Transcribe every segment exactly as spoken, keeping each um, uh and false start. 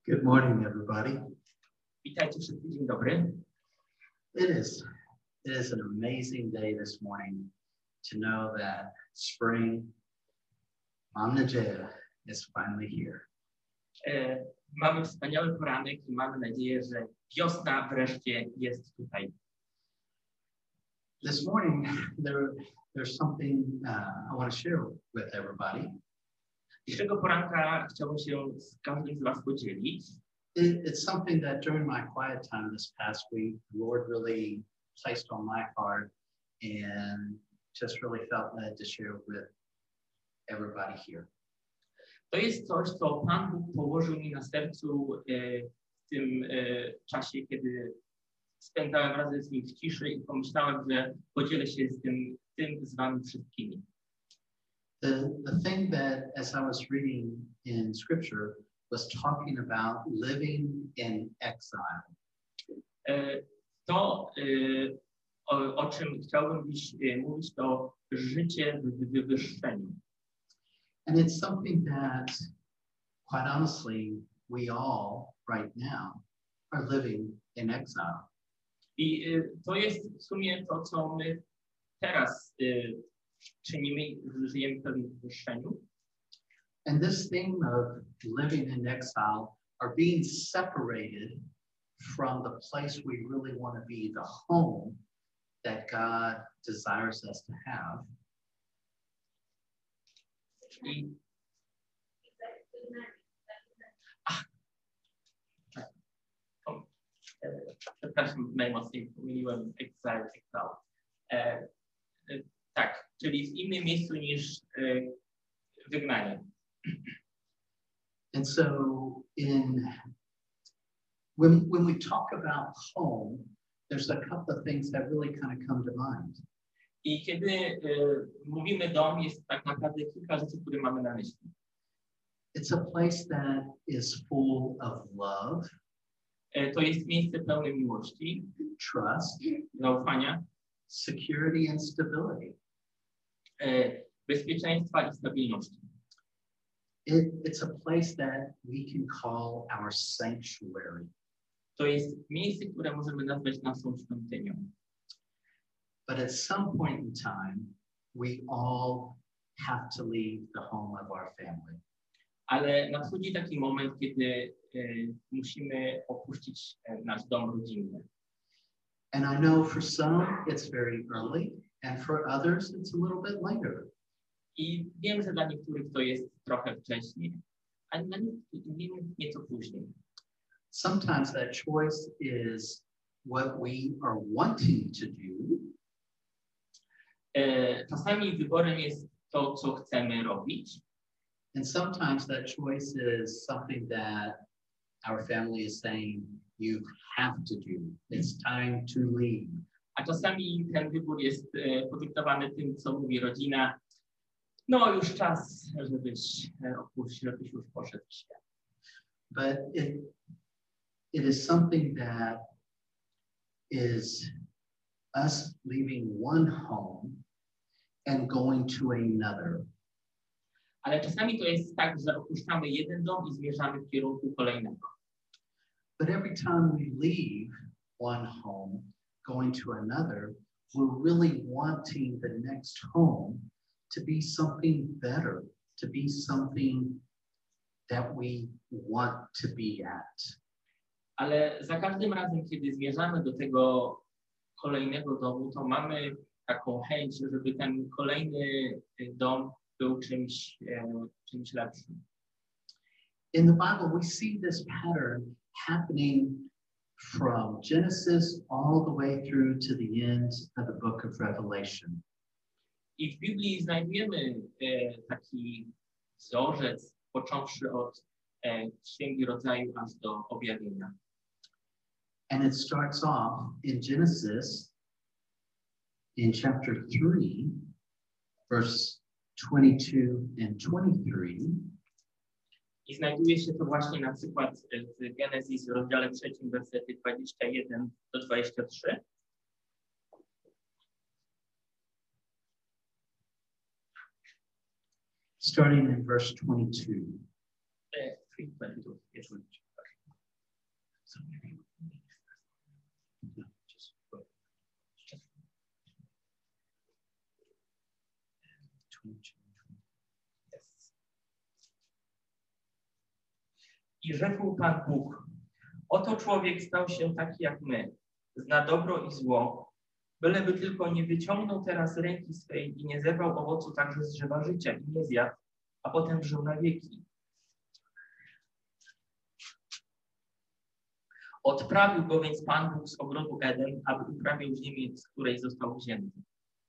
Good morning, everybody. Witajcie wszyscy, dzień dobry. It is, it is an amazing day this morning to know that spring, Mam nadzieję, is finally here. E, mamy wspaniały poranek i mamy nadzieję, że wiosna wreszcie jest tutaj. This morning, there, there's something uh, I want to share with everybody. Dzisiejszego poranka chciałbym się z każdym z was podzielić. It, it's something that during my quiet time this past week, the Lord really placed on my heart and just really felt led to share with everybody here. To jest coś, co Pan Bóg położył mi na sercu e, w tym e, czasie, kiedy spędzałem razem z nim w ciszy i pomyślałem, że podzielę się z tym, tym z wami wszystkimi. The, the thing that, as I was reading in scripture, was talking about living in exile. E, to, e, o, o czym chciałbym dziś e, mówić, to życie w wywyższeniu. And it's something that, quite honestly, we all right now are living in exile. I e, to jest w sumie to, co my teraz e, czynimy, żyjemy w pewnym wywyższeniu. And this theme of living in exile are being separated from the place we really want to be, the home that God desires us to have. I Ach, o, e, przepraszam, najmocniej pomyliłem exile, exile. E, e, tak, czyli w innym miejscu niż e, wygnanie. And so in when when we talk about home, there's a couple of things that really kind of come to mind. I kiedy e, mówimy dom, jest tak naprawdę kilka rzeczy, które mamy na myśli. It's a place that is full of love, E, to jest miejsce pełne miłości, trust, zaufania, security, and stability. e, bezpieczeństwa i stabilności. It, it's a place that we can call our sanctuary. To jest miejsce, które możemy nazwać naszą świątynią. But at some point in time, we all have to leave the home of our family. Ale nadchodzi taki moment, kiedy e, musimy opuścić e, nasz dom rodzinny. And I know for some it's very early, and for others it's a little bit later. I wiem, że dla niektórych to jest trochę wcześniej, a dla innych nieco później. Sometimes that choice is what we are wanting to do. E, czasami wyborem jest to, co chcemy robić, And sometimes that choice is something that our family is saying, you have to do. It's time to leave. a czasami ten wybór jest e, podyktowany tym, co mówi rodzina. No już czas, żebyś e, opuścił, żebyś już poszedł w świat. But it, it is something that is us leaving one home and going to another. Ale czasami to jest tak, że opuszczamy jeden dom i zmierzamy w kierunku kolejnego. But every time we leave one home, going to another, we're really wanting the next home to be something better, to be something that we want to be at. Ale za każdym razem, kiedy zmierzamy do tego kolejnego domu, to mamy taką chęć, żeby ten kolejny dom był czymś, e, czymś lepszym. In the Bible, we see this pattern happening from Genesis all the way through to the end of the book of Revelation. I w Biblii znajdujemy e, taki wzorzec, począwszy od e, Księgi Rodzaju aż do Objawienia. And it starts off in Genesis in chapter three, verse twenty-two and twenty-three. I znajduje się to właśnie na przykład w Genezis w rozdziale trzecim, wersety dwadzieścia jeden do dwudziestego trzeciego. Starting in verse twenty-two. E, three, twenty-two, yes. I rzekł Pan Bóg, oto człowiek stał się taki jak my, zna dobro i zło, byleby tylko nie wyciągnął teraz ręki swej i nie zebrał owocu także z drzewa życia i nie zjadł, a potem żył na wieki. Odprawił go więc Pan Bóg z ogrodu Eden, aby uprawiał ziemię, z której został wzięty.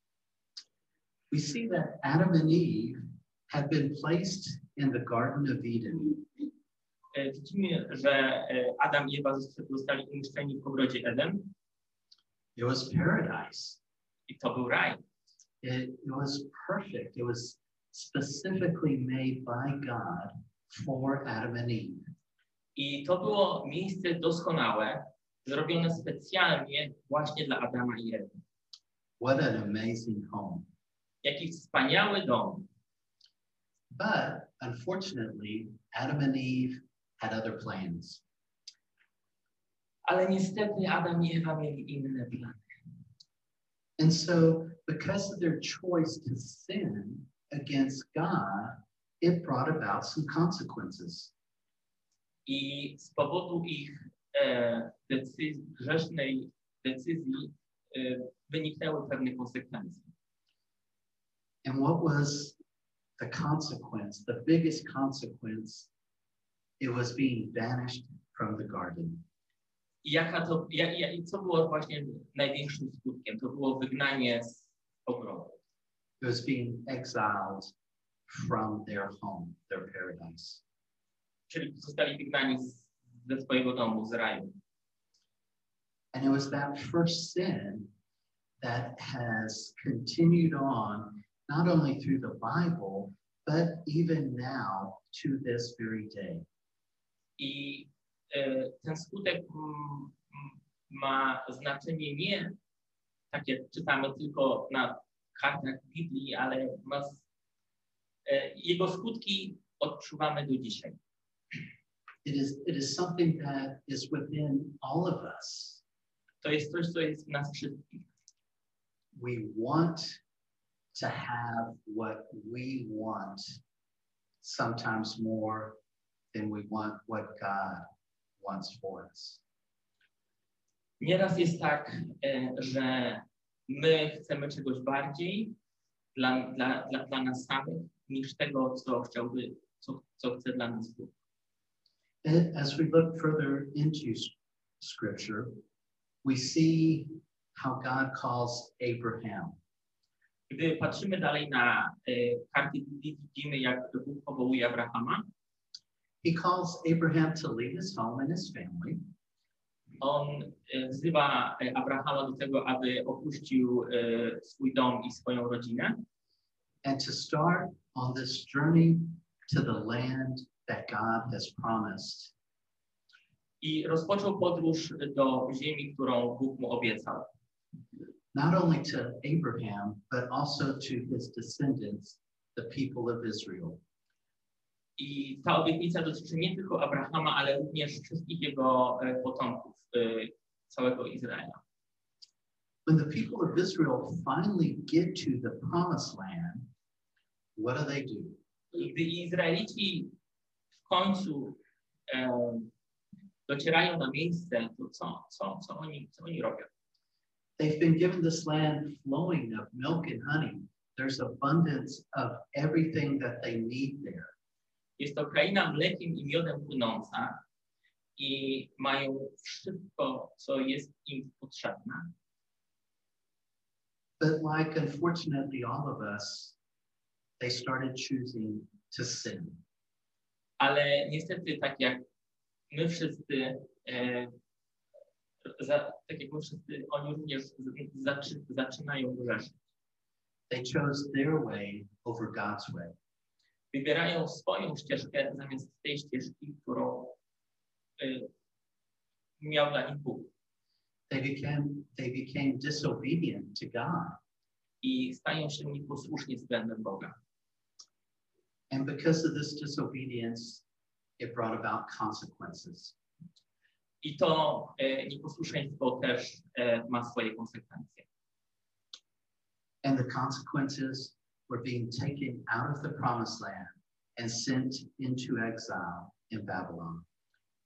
We see that Adam and Eve had been placed in the Garden of Eden. Widzimy, że Adam i Ewa zostali umieszczeni w ogrodzie Eden. It was paradise. I to był raj. It, it was perfect. It was specifically made by God for Adam and Eve. I to było miejsce doskonałe, zrobione specjalnie właśnie dla Adama i Ewy. What an amazing home. Jaki wspaniały dom. But unfortunately, Adam and Eve had other plans. Ale niestety Adam i Ewa mieli inne plany. And so, because of their choice to sin against God, it brought about some consequences. I z powodu ich e, decyzji, grzesznej decyzji e, wyniknęły pewne konsekwencje. And what was the consequence? The biggest consequence, it was being banished from the garden. I jaka to, ja, ja, i co było właśnie największym skutkiem? To było wygnanie z ogrodu. It was being exiled from their home, their paradise. Czyli zostali wygnani z, ze swojego domu, z raju. And it was that first sin that has continued on, not only through the Bible, but even now to this very day. I e, ten skutek m, m, ma znaczenie nie tak jak czytamy tylko na kartach Biblii, ale ma, e, jego skutki odczuwamy do dzisiaj. It is, it is something that is within all of us. To jest coś, co jest w nas wszystkich. We want to have what we want, sometimes more than we want what God wants for us. Nieraz jest tak, e, że my chcemy czegoś bardziej dla, dla, dla, dla nas samych, niż tego, co chciałby, co, co chce dla nas Bóg. As we look further into Scripture, we see how God calls Abraham. Gdy patrzymy dalej na e, karty Biblii, widzimy, jak Bóg powołuje Abrahama. He calls Abraham to leave his home and his family. On e, wzywa e, Abrahama do tego, aby opuścił e, swój dom i swoją rodzinę. And to start on this journey to the land that God has promised. I rozpoczął podróż do ziemi, którą Bóg mu obiecał. Not only to Abraham, but also to his descendants, the people of Israel. I ta obietnica dotyczy nie tylko Abrahama, ale również wszystkich jego e, potomków, e, całego Izraela. When the people of Israel finally get to the promised land, what do they do? I gdy Izraelici w końcu e, docierają na miejsce, to co, co, co, oni, co oni robią? They've been given this land flowing of milk and honey. There's abundance of everything that they need there. Jest to kraina mlekiem i miodem płynąca i mają wszystko, co jest im potrzebne. But like, unfortunately, all of us, they started choosing to sin. Ale niestety, tak jak my wszyscy, e, za, tak jak my wszyscy, oni również zaczy, zaczynają grzeszyć. They chose their way over God's way. Wybierają swoją ścieżkę zamiast tej ścieżki, którą e, miał dla nich Bóg. They became, they became disobedient to God. I stają się nieposłuszni względem Boga. And because of this disobedience, it brought about consequences. I to e, nieposłuszeństwo też e, ma swoje konsekwencje. And the consequences were being taken out of the promised land and sent into exile in Babylon.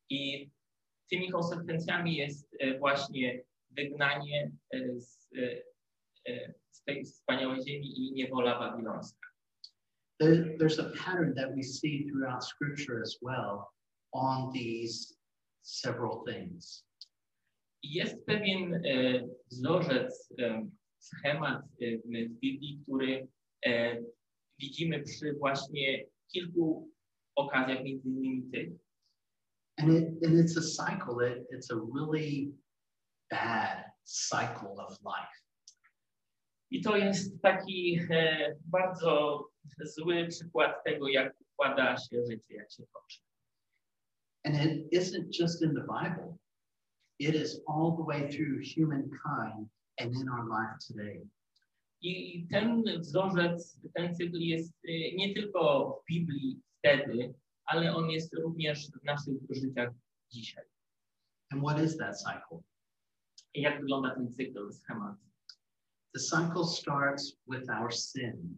I tymi konsekwencjami jest e, właśnie wygnanie e, z, e, z tej wspaniałej ziemi i niewola babilońska. There, there's a pattern that we see throughout Scripture as well on these several things. I jest pewien e, wzorzec, e, schemat e, w Biblii, który e, widzimy przy właśnie kilku okazjach, między innymi tych. And, it, and it's a cycle. It, it's a really bad cycle of life. I to jest taki e, bardzo zły przykład tego, jak układa się życie, jak się toczy. And it isn't just in the Bible. It is all the way through humankind and in our life today. I ten wzorzec, ten cykl jest e, nie tylko w Biblii wtedy, ale on jest również w naszych życiach dzisiaj. And what is that cycle? I jak wygląda ten cykl, schemat? The cycle starts with our sin.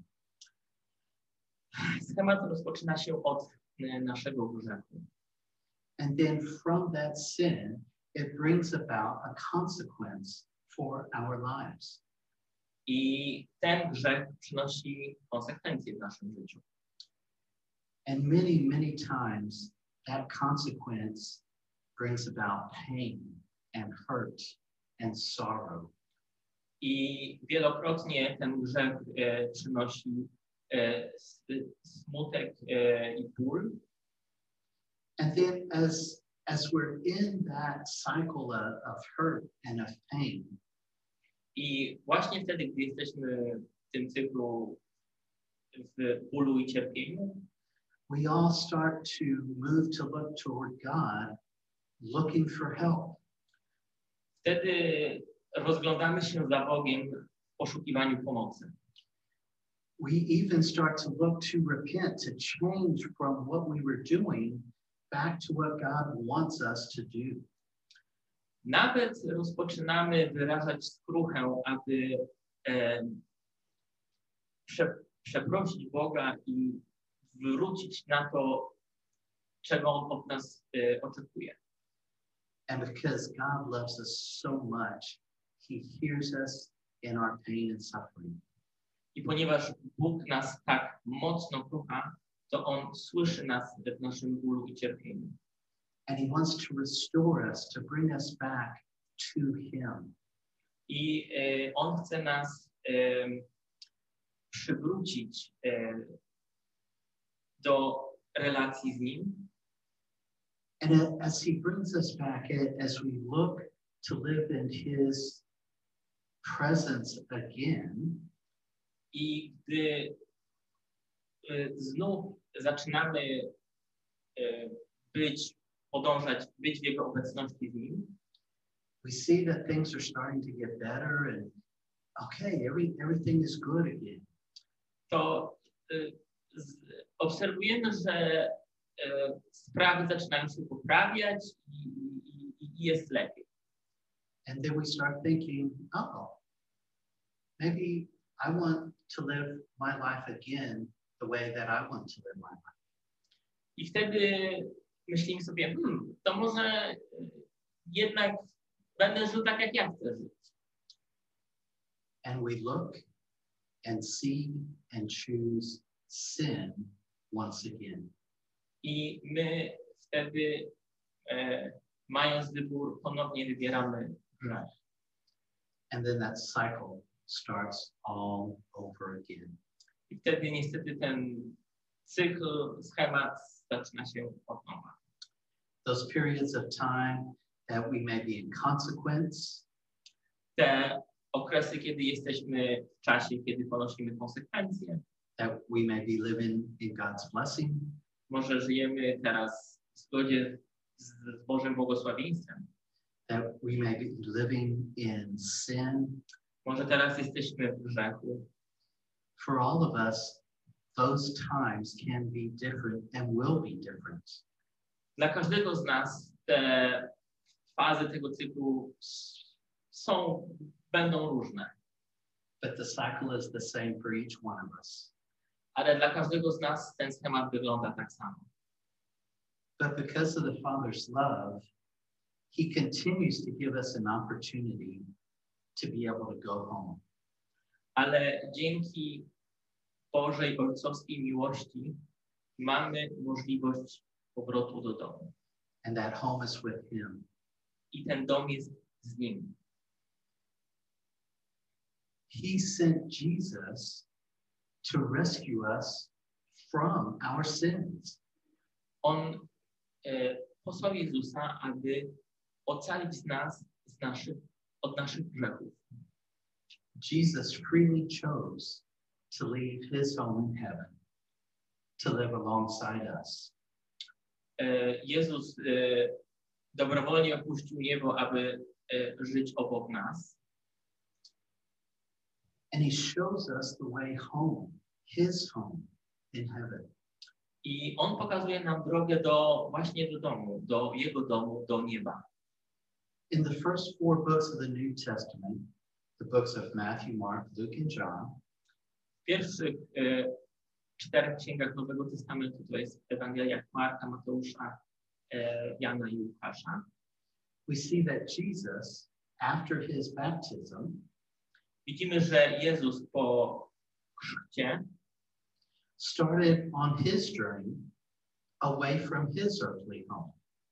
Schemat rozpoczyna się od e, naszego grzechu. And then from that sin, it brings about a consequence for our lives. I ten grzech przynosi konsekwencje w naszym życiu. And many, many times that consequence brings about pain and hurt and sorrow. I wielokrotnie ten grzech e, przynosi e, smutek e, i ból. And then as, as we're in that cycle of, of hurt and of pain, I właśnie wtedy, gdy jesteśmy w tym cyklu w bólu i cierpieniu, we all start to move to look toward God, looking for help. wtedy rozglądamy się za Bogiem w poszukiwaniu pomocy. We even start to look to repent, to change from what we were doing back to what God wants us to do. Nawet rozpoczynamy wyrażać skruchę, aby e, prze, przeprosić Boga i wrócić na to, czego On od nas e, oczekuje. And because God loves us so much, He hears us in our pain and suffering. I ponieważ Bóg nas tak mocno kocha, to On słyszy nas w naszym bólu i cierpieniu. And He wants to restore us, to bring us back to Him. I e, On chce nas e, przywrócić e, do relacji z Nim. And as He brings us back, as we look to live in His presence again, I gdy e, znów zaczynamy e, być, podążać, być w Jego obecności z Nim, we see that things are starting to get better and okay, every, everything is good again. to e, z, obserwujemy, że e, sprawy zaczynają się poprawiać i, i, i jest lepiej. And then we start thinking, oh, maybe I want to live my life again the way that I want to live my life. I wtedy myślimy sobie, hmm, to może e, jednak będę żył tak, jak ja chcę żyć. And we look and see and choose sin once again. I my wtedy, e, mając wybór, ponownie wybieramy grzech. And then that cycle starts all over again. I wtedy niestety ten cykl, schemat zaczyna się od nowa. Those periods of time that we may be in consequence, Te okresy, kiedy jesteśmy w czasie, kiedy ponosimy konsekwencje, that we may be living in God's blessing, może żyjemy teraz w zgodzie z, z Bożym błogosławieństwem, that we may be living in sin. może teraz jesteśmy w grzechu. For all of us, those times can be different and will be different. Dla każdego z nas te fazy tego cyklu są, będą różne, But the cycle is the same for each one of us. ale dla każdego z nas ten schemat wygląda tak samo. But because of the Father's love, he continues to give us an opportunity to be able to go home. Ale dzięki Bożej ojcowskiej miłości mamy możliwość powrotu do domu. And that home is with him. I ten dom jest z nim. He sent Jesus to rescue us from our sins. On e, posłał Jezusa, aby ocalić nas z naszych, od naszych grzechów. Jesus freely chose to leave his home in heaven, to live alongside us. E, Jezus e, dobrowolnie opuścił niebo, aby e, żyć obok nas. And he shows us the way home, his home in heaven. I on pokazuje nam drogę do właśnie do domu, do jego domu, do nieba. In the first four books of the New Testament, the books of Matthew, Mark, Luke, and John, W pierwszych e, czterech księgach Nowego Testamentu, to jest Ewangelia Marka, Mateusza, e, Jana i Łukasza, we see that Jesus, after his baptism, widzimy, że Jezus po chrzcie started on his journey away from his earthly home.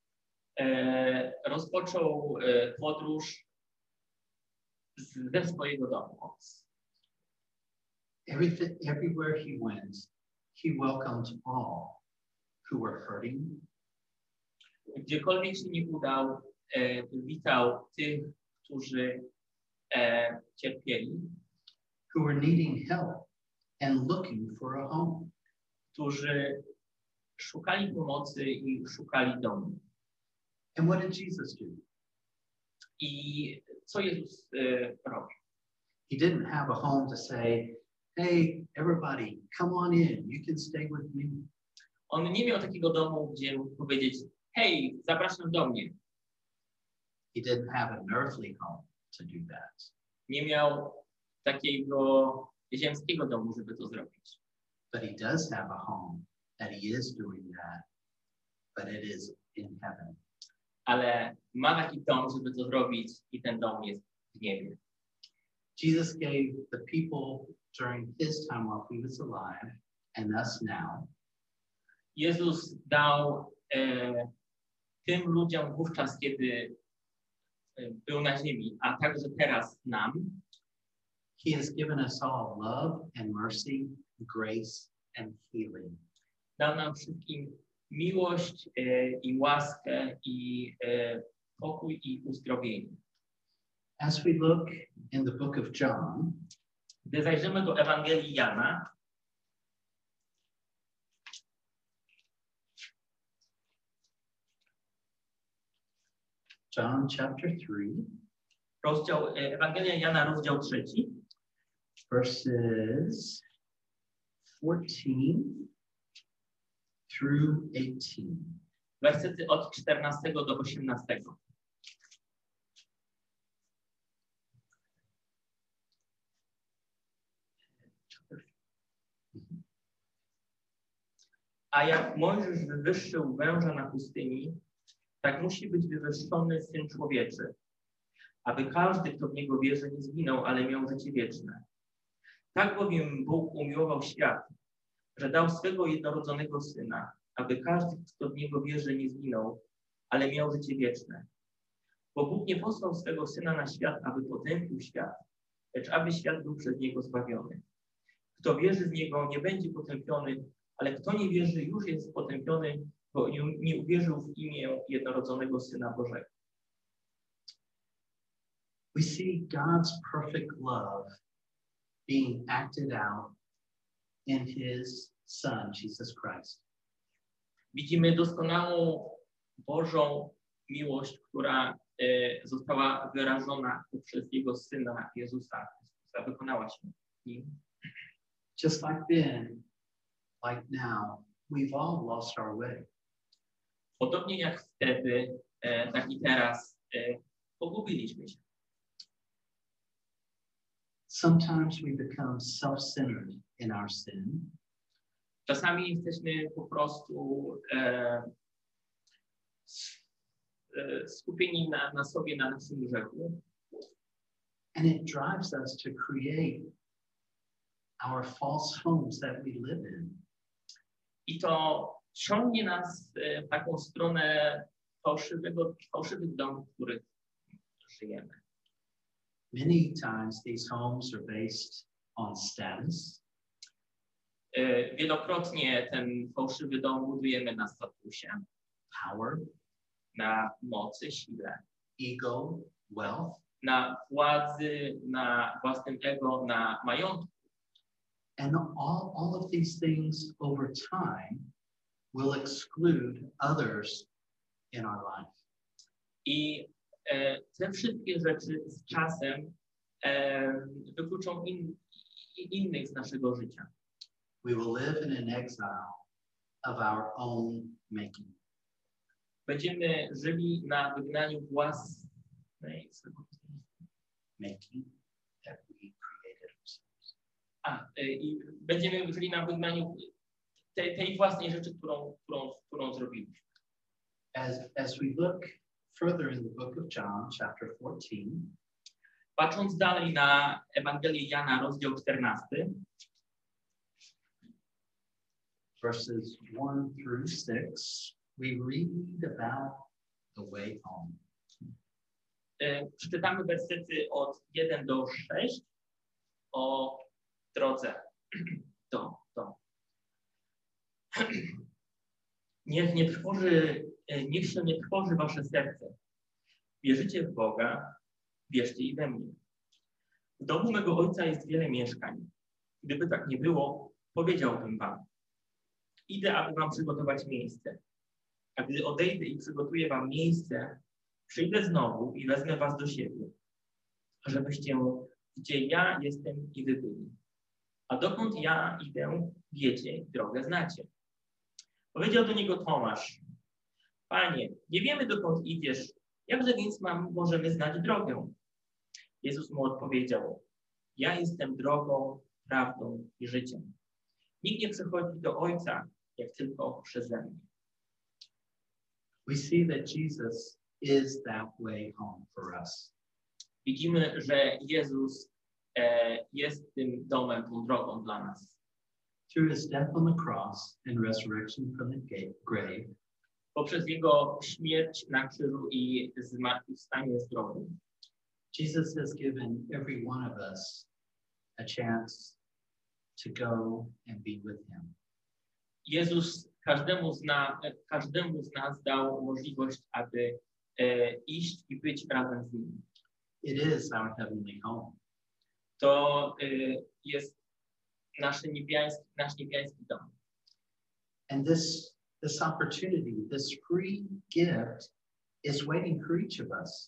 e, rozpoczął e, podróż z, ze swojego domu. Everything, everywhere he went, he welcomed all who were hurting, Gdziekolwiek się nie udał, e, witał tych, którzy e, cierpieli, who were needing help and looking for a home. którzy szukali pomocy i szukali domu. And what did Jesus do? I co Jezus e, robi? He didn't have a home to say, hey, everybody, come on in, you can stay with me. On nie miał takiego domu, gdzie mógł powiedzieć, hej, zapraszam do mnie. He didn't have an earthly home to do that. Nie miał takiego ziemskiego domu, żeby to zrobić. But he does have a home that he is doing that, but it is in heaven. Ale ma taki dom, żeby to zrobić i ten dom jest w niebie. Jesus gave the people during his time while he was alive and us now Jezus dał e, tym ludziom wówczas, kiedy e, był na ziemi, a także teraz nam, He has given us all love and mercy, grace and healing. dał nam wszystkim miłość e, i łaskę i e, pokój i uzdrowienie. As we look in the book of John, Gdy zajrzymy do Ewangelii Jana, John chapter three, rozdział, e, Ewangelia Jana, rozdział trzeci, verses fourteen through eighteen. wersety od czternastego do osiemnastego. A jak Mojżesz wywyższył węża na pustyni, tak musi być wywyższony Syn Człowieczy, aby każdy, kto w Niego wierzy, nie zginął, ale miał życie wieczne. Tak bowiem Bóg umiłował świat, że dał swego jednorodzonego Syna, aby każdy, kto w Niego wierzy, nie zginął, ale miał życie wieczne. Bo Bóg nie posłał swego Syna na świat, aby potępił świat, lecz aby świat był przez Niego zbawiony. Kto wierzy w Niego, nie będzie potępiony, ale kto nie wierzy, już jest potępiony, bo nie uwierzył w imię jednorodzonego Syna Bożego. We see God's perfect love being acted out in his Son, Jesus Christ. Widzimy doskonałą Bożą miłość, która e, została wyrażona poprzez Jego Syna Jezusa, która wykonała się w Nim. Just like then, like now, we've all lost our way. Podobnie jak wtedy, e, tak i teraz e, pogubiliśmy się. Sometimes we become self-centered in our sin. Czasami jesteśmy po prostu e, e, skupieni na, na sobie, na naszym grzechu. And it drives us to create our false homes that we live in. I to ciągnie nas e, w taką stronę fałszywego, fałszywych domów, w których żyjemy. Many times these homes are based on status. E, wielokrotnie ten fałszywy dom budujemy na statusie, Power, na mocy, sile, ego, wealth, na władzy, na własnym ego, na majątku. and all, all of these things over time will exclude others in our life. I e, te wszystkie rzeczy z czasem e, wykluczą in, innych z naszego życia. We will live in an exile of our own making. Będziemy żyli na wygnaniu własnej. Making that we created ourselves. A, e, i będziemy żyli na wygnaniu tej, tej własnej rzeczy, którą, którą, którą zrobiliśmy. As, as we look further in the book of John, chapter fourteen, Patrząc dalej na Ewangelię Jana, rozdział czternasty, verses one through six, we read about the way home. e, przeczytamy wersety od jeden do sześć o drodze do domu. Niech nie trwoży, e, niech się nie trwoży wasze serce. Wierzycie w Boga, wierzcie i we mnie. W domu mego Ojca jest wiele mieszkań. Gdyby tak nie było, powiedziałbym wam. Idę, aby wam przygotować miejsce. A gdy odejdę i przygotuję wam miejsce, przyjdę znowu i wezmę was do siebie, żebyście, gdzie ja jestem, i wy byli. A dokąd ja idę, wiecie i drogę znacie. Powiedział do niego Tomasz: Panie, nie wiemy, dokąd idziesz, jakże więc mam, możemy znać drogę? Jezus mu odpowiedział: Ja jestem drogą, prawdą i życiem. Nikt nie przychodzi do Ojca, jak tylko przeze mnie. We see that Jesus is that way home for us. Widzimy, że Jezus e, jest tym domem, tą drogą dla nas. Through his death on the cross and resurrection from the ga- grave, Poprzez Jego śmierć na krzyżu i zmartwychwstanie z grobu, Jesus has given every one of us a chance to go and be with him. Jezus każdemu z, na, każdemu z nas dał możliwość, aby e, iść i być razem z Nim. It is our heavenly home. To e, jest nasz niebiański, nasz niebiański dom. And this, this opportunity, this free gift is waiting for each of us.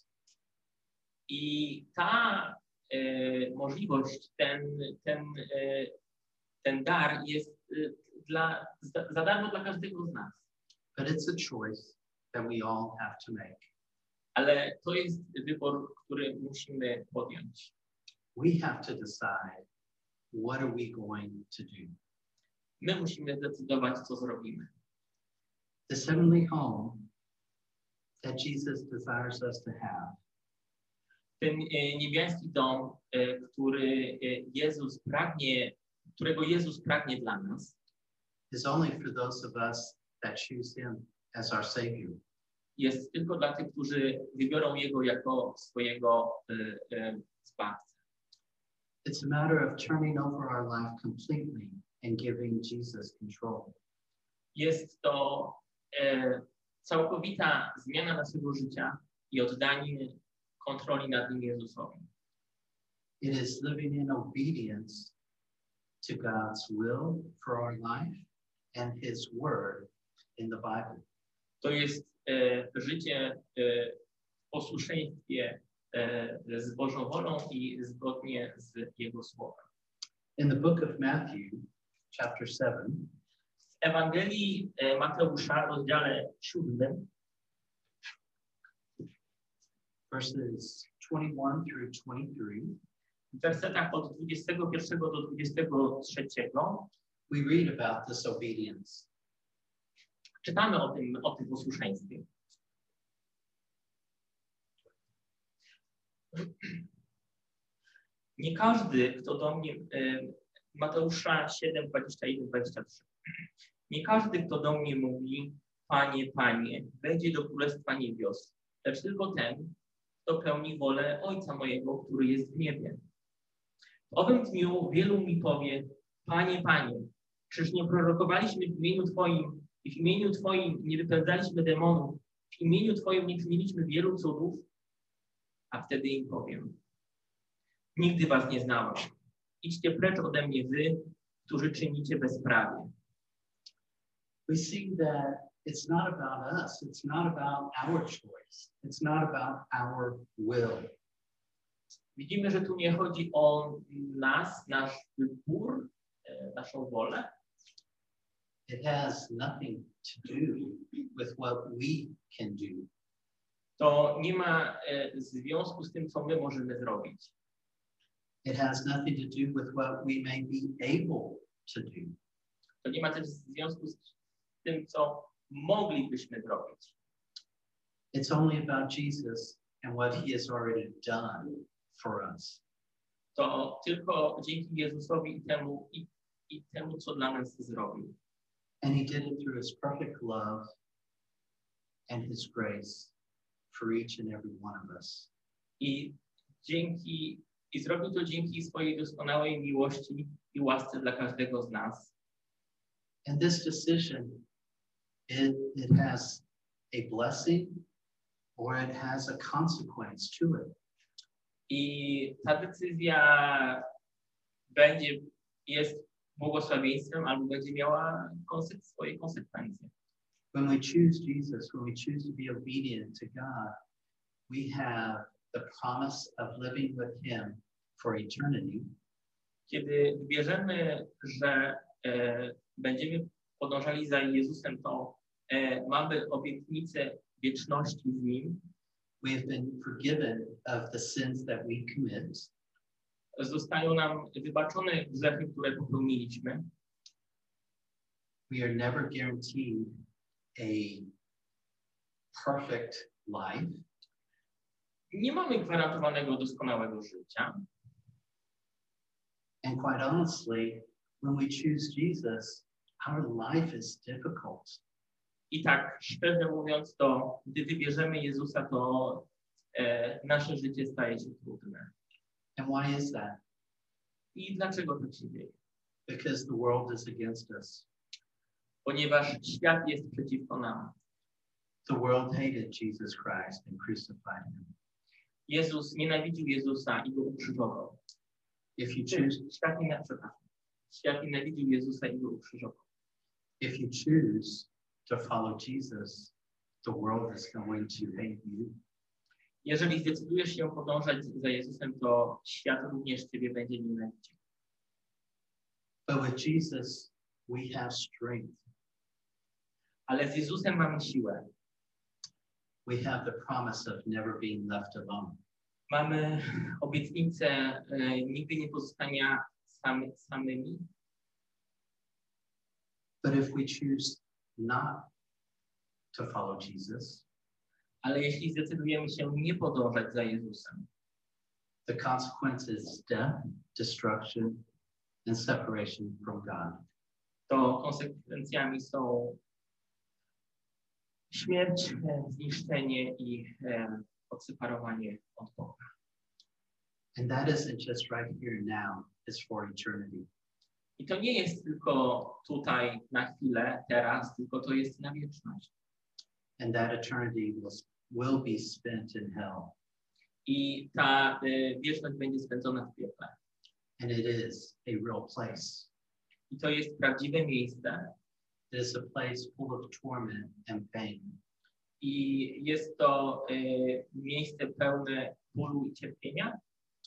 I ta e, możliwość, ten, ten, e, ten dar jest e, dla, za, za darmo dla każdego z nas. But it's a choice that we all have to make. Ale to jest wybór, który musimy podjąć. We have to decide, what are we going to do? My musimy zdecydować, co zrobimy. This heavenly home that Jesus desires us to have Ten e, niebiański dom, e, który e, Jezus pragnie, którego Jezus pragnie dla nas, is only for those of us that choose him as our Savior. jest tylko dla tych, którzy wybiorą Jego jako swojego e, e, Zbawcę. It's a matter of turning over our life completely and giving Jesus control. Jest to e, całkowita zmiana naszego życia i oddanie kontroli nad nim Jezusowi. It is living in obedience to God's will for our life and his word in the Bible. To jest e, życie e, w posłuszeństwie e, z Bożą wolą i zgodnie z Jego słowem. In the book of Matthew, chapter seven, W Ewangelii e, Mateusza, rozdziale siódmym, verses twenty-one through twenty-three, w wersetach od dwudziestego pierwszego do dwudziestego trzeciego, we read about this obedience. czytamy o tym, o tym posłuszeństwie. Nie każdy, kto do mnie, y, Mateusza siedem, dwadzieścia jeden, dwadzieścia trzy. Nie każdy, kto do mnie mówi, Panie, Panie, wejdzie do Królestwa Niebios, lecz tylko ten, kto pełni wolę Ojca mojego, który jest w niebie. W owym dniu wielu mi powie, Panie, Panie, czyż nie prorokowaliśmy w imieniu Twoim i w imieniu Twoim nie wypędzaliśmy demonów, w imieniu Twoim nie czyniliśmy wielu cudów? A wtedy im powiem, nigdy was nie znałem. Idźcie precz ode mnie wy, którzy czynicie bezprawie. We see that it's not about us. It's not about our choice. It's not about our will. Widzimy, że tu nie chodzi o nas, nasz wybór, naszą wolę. It has nothing to do with what we can do. To nie ma e, związku z tym, co my możemy zrobić. It has nothing to do with what we may be able to do. To nie ma też związku z tym, co moglibyśmy zrobić. It's only about Jesus and what he has already done for us. To tylko dzięki Jezusowi i temu, i, i temu, co dla nas zrobił. And he did it through his perfect love and his grace for each and every one of us. I dzięki i zrobił to dzięki swojej doskonałej miłości i łasce dla każdego z nas. And this decision, it, it has a blessing or it has a consequence to it. I ta decyzja będzie, jest błogosławieństwem albo będzie miała konsek swoje konsekwencje. When we choose Jesus, when we choose to be obedient to God, we have the promise of living with him for eternity. Kiedy wybierzemy, że e, będziemy podążali za Jezusem, to e, mamy obietnicę wieczności z nim. We have been forgiven of the sins that we commit. Zostają nam wybaczone grzechy, które popełniliśmy. We are never guaranteed a perfect life. Nie mamy gwarantowanego doskonałego życia. And quite honestly, when we choose Jesus, our life is difficult. I tak, szczerze mówiąc, to gdy wybierzemy Jezusa, to e, nasze życie staje się trudne. And why is that? I dlaczego tak się dzieje? Because the world is against us. Ponieważ świat jest przeciwko nam. The world hated Jesus Christ and crucified him. Jezus nienawidził Jezusa i go ukrzyżował. If you choose, Świat, nie, Świat nienawidził Jezusa i go ukrzyżował. if you choose to follow Jesus, the world is going to hate you. Jeżeli zdecydujesz się podążać za Jezusem, to świat również ciebie będzie nienawidził. But with Jesus, we have strength. Ale z Jezusem mamy siłę. We have the promise of never being left alone. Mamy obietnicę e, nigdy nie pozostania samy, samymi. But if we choose not to follow Jesus, Ale jeśli zdecydujemy się nie podążać za Jezusem, the consequence is death, destruction, and separation from God. to konsekwencjami są śmierć, e, zniszczenie i e, odseparowanie od Boga. And that isn't just right here now, it's for eternity. I to nie jest tylko tutaj na chwilę, teraz, tylko to jest na wieczność. And that eternity will, will be spent in hell. I ta e, wieczność będzie spędzona w piekle. And it is a real place. I to jest prawdziwe miejsce. It is a place full of torment and pain. I jest to e, miejsce pełne bólu i cierpienia.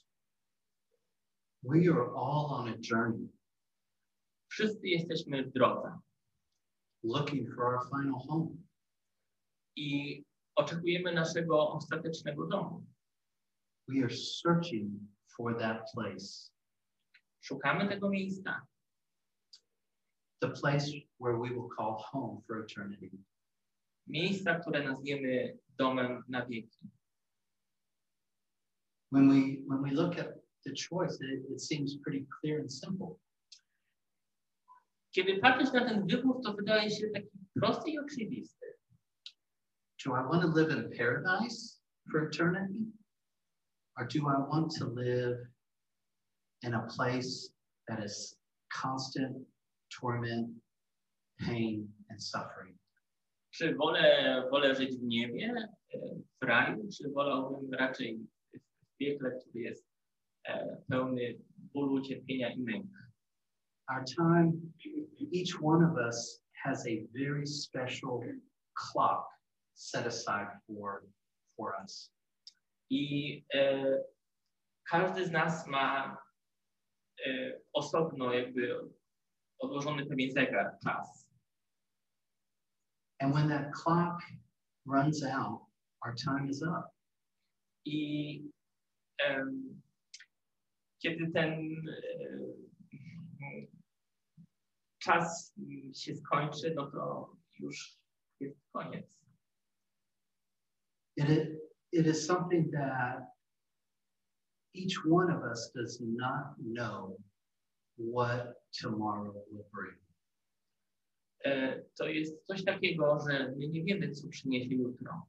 We are all on a journey Wszyscy jesteśmy w drodze looking for our final home. i oczekujemy naszego ostatecznego domu. We are searching for that place. Szukamy tego miejsca. The place where we will call home for eternity. Miejsca, które nazwiemy domem na wieki. When we when we look at the choice, it, it seems pretty clear and simple. Kiedy patrzysz na ten wybór, to wydaje się taki prosty i oczywisty. Do I want to live in paradise for eternity? Or do I want to live in a place that is constant torment, pain, and suffering? Czy wolę, wolę żyć w niebie, w raju, czy wolałbym raczej w piekle, który jest pełny bólu, cierpienia i męki? Our time, each one of us has a very special clock set aside for, for us. I e, każdy z nas ma e, osobno jakby odłożony pewien zegar, czas. And when that clock runs out, our time is up. I um, kiedy ten e, czas się skończy, no to już jest koniec. It is, it is something that each one of us does not know what tomorrow will bring. E, to jest coś takiego, że my nie wiemy, co przyniesie jutro.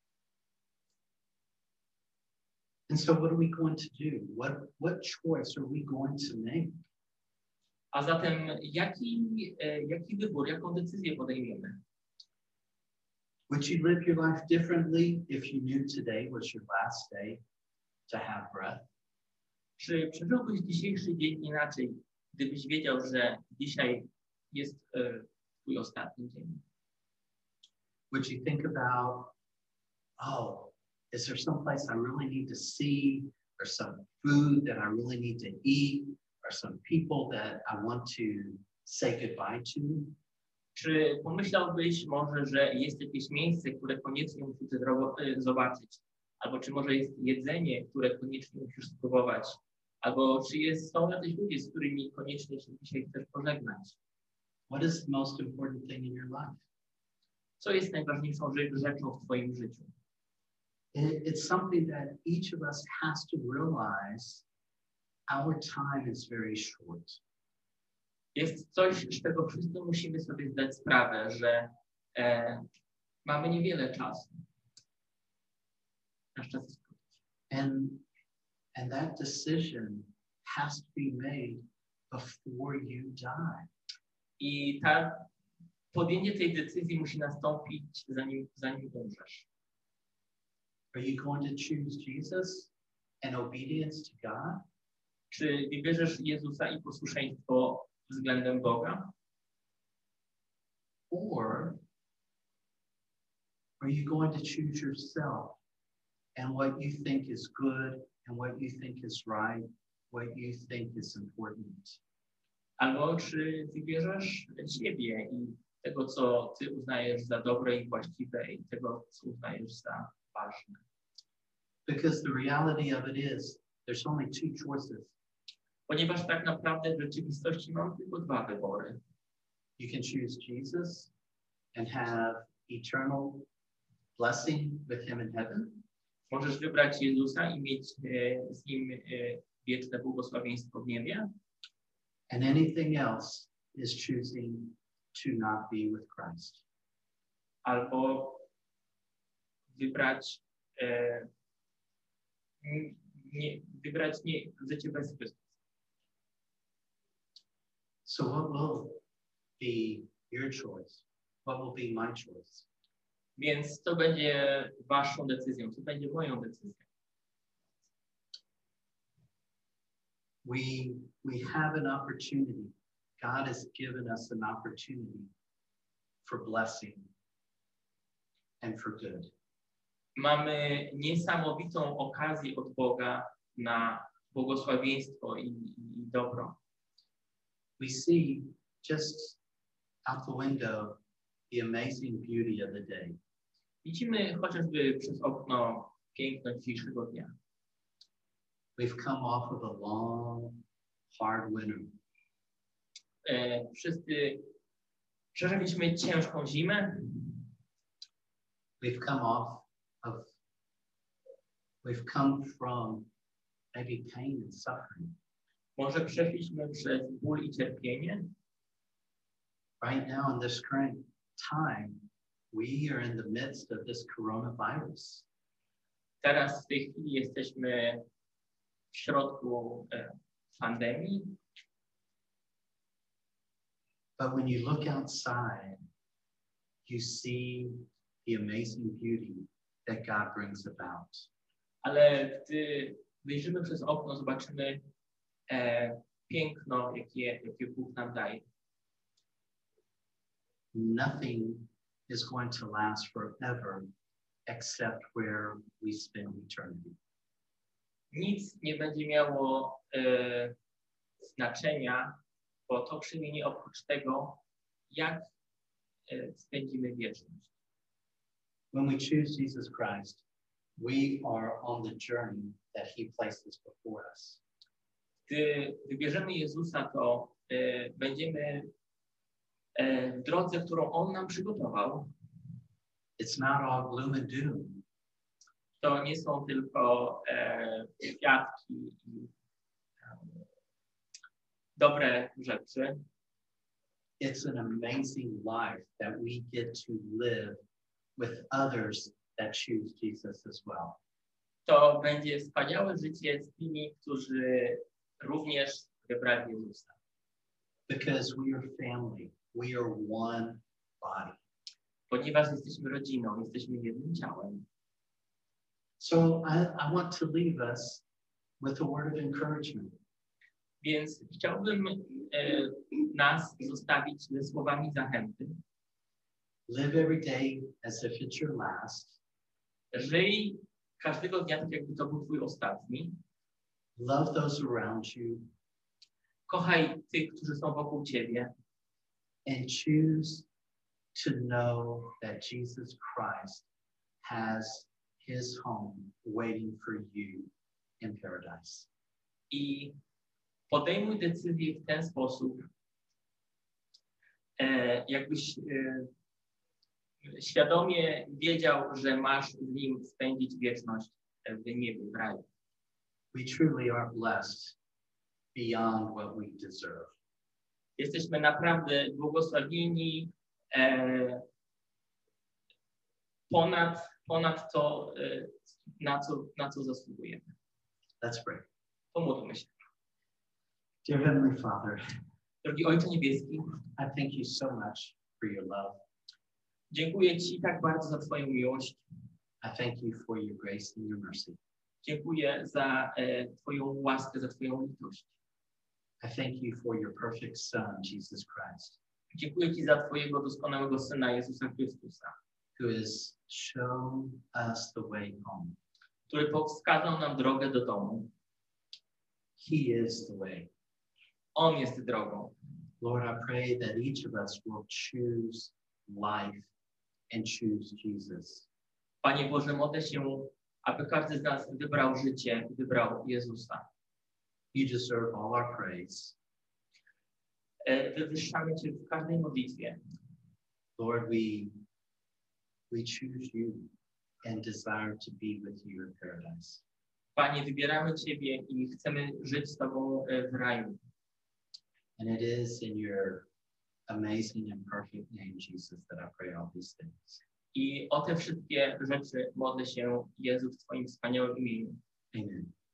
And so what are we going to do? What, what choice are we going to make? A zatem jaki, e, jaki wybór, jaką decyzję podejmiemy? Would you live your life differently if you knew today was your last day to have breath? Czy przeżyłbyś dzisiejszy dzień inaczej, gdybyś wiedział, że dzisiaj jest e, twój ostatni dzień? Would you think about, oh, is there some place I really need to see, or some food that I really need to eat, or some people that I want to say goodbye to? Czy pomyślałbyś może, że jest jakieś miejsce, które koniecznie musisz zobaczyć? Albo czy może jest jedzenie, które koniecznie musisz spróbować? Albo czy jest, są jacyś ludzie, z którymi koniecznie się dzisiaj chcesz pożegnać? What is the most important thing in your life? Co jest najważniejszą rzeczą w twoim życiu? It, it's something that each of us has to realize our time is very short. Jest coś, z czego wszyscy musimy sobie zdać sprawę, że e, mamy niewiele czasu. Nasz czas jest krótki. And, and that decision has to be made before you die. I ta, podjęcie tej decyzji musi nastąpić, zanim, zanim umrzesz. Are you going to choose Jesus and obedience to God? Czy wybierzesz Jezusa i posłuszeństwo względem Boga? Or are you going to choose yourself and what you think is good and what you think is right, what you think is important? Albo czy wybierzesz siebie i tego, co ty uznajesz za dobre i właściwe i tego, co uznajesz za ważne? Because the reality of it is there's only two choices. Ponieważ tak naprawdę w rzeczywistości mam tylko dwa wybory. You can choose Jesus and have eternal blessing with him in heaven. Możesz wybrać Jezusa i mieć e, z Nim e, wieczne błogosławieństwo w niebie. And anything else is choosing to not be with Christ. Albo wybrać e, nie, wybrać nie, życie bez Chrystusa. So what will be your choice? What will be my choice? Więc to będzie waszą decyzją, to będzie moją decyzją. We, we have an opportunity. God has given us an opportunity for blessing and for good. Mamy niesamowitą okazję od Boga na błogosławieństwo i, i, i dobro. We see just out the window the amazing beauty of the day. Widzimy chociażby przez okno piękność dzisiejszego dnia. We've come off of a long, hard winter. E, wszyscy przeżyliśmy ciężką zimę. We've come off of, we've come from maybe pain and suffering. Może przeszliśmy przez ból i cierpienie. Right now in this current time, we are in the midst of this coronavirus. Teraz w tej chwili jesteśmy w środku e, pandemii. But when you look outside, you see the amazing beauty that God brings about. Ale gdy wyjrzymy przez okno, zobaczymy e, piękno, jakie, jakie Bóg nam daje. Nothing is going to last forever except where we spend eternity. Nic nie będzie miało e, znaczenia, bo to przemieni oprócz tego, jak e, spędzimy wieczność. When we choose Jesus Christ, we are on the journey that he places before us. Gdy wybierzemy Jezusa, to e, będziemy e, w drodze, którą On nam przygotował. It's not all gloom and doom. To nie są tylko e, kwiatki i e, dobre rzeczy. It's an amazing life that we get to live with others that choose Jesus as well. To będzie wspaniałe życie z tymi, którzy również wybrali Jezusa. Because we are family. We are one body. Ponieważ jesteśmy rodziną, jesteśmy jednym ciałem. So I, I want to leave us with a word of encouragement. Więc chciałbym e, nas zostawić ze słowami zachęty. Live every day as if it's your last. Żyj każdego dnia tak, jakby to był twój ostatni. Love those around you. Kochaj tych, którzy są wokół ciebie. And choose to know that Jesus Christ has his home waiting for you in paradise. I podejmuj decyzję w ten sposób, e, jakbyś e, świadomie wiedział, że masz z nim spędzić wieczność w niebie, w raju. We truly are blessed beyond what we deserve. Jesteśmy naprawdę błogosławieni e, ponad, ponad to, e, na, co, na co zasługujemy. Let's pray. Pomódlmy się. Dear Heavenly Father, Drogi Ojcze Niebieski, I thank you so much for your love. dziękuję Ci tak bardzo za Twoją miłość. I thank you for your grace and your mercy. Dziękuję za e, Twoją łaskę, za Twoją litość. I thank you for your perfect Son, Jesus Christ, Dziękuję Ci za Twojego doskonałego Syna, Jezusa Chrystusa, who has shown us the way home. który wskazał nam drogę do domu. He is the way. On jest drogą. Lord, I pray that each of us will choose life and choose Jesus. Panie Boże, modlę się, aby każdy z nas wybrał życie i wybrał Jezusa. You deserve all our praise. E, Wywyższamy Cię w każdej modlitwie. Lord, we, we choose you and desire to be with you in paradise. Panie, wybieramy Ciebie i chcemy żyć z Tobą e, w raju. And it is in your amazing and perfect name, Jesus, that I pray all these things. I o te wszystkie rzeczy modlę się, Jezu, w Twoim wspaniałym imieniu. Amen.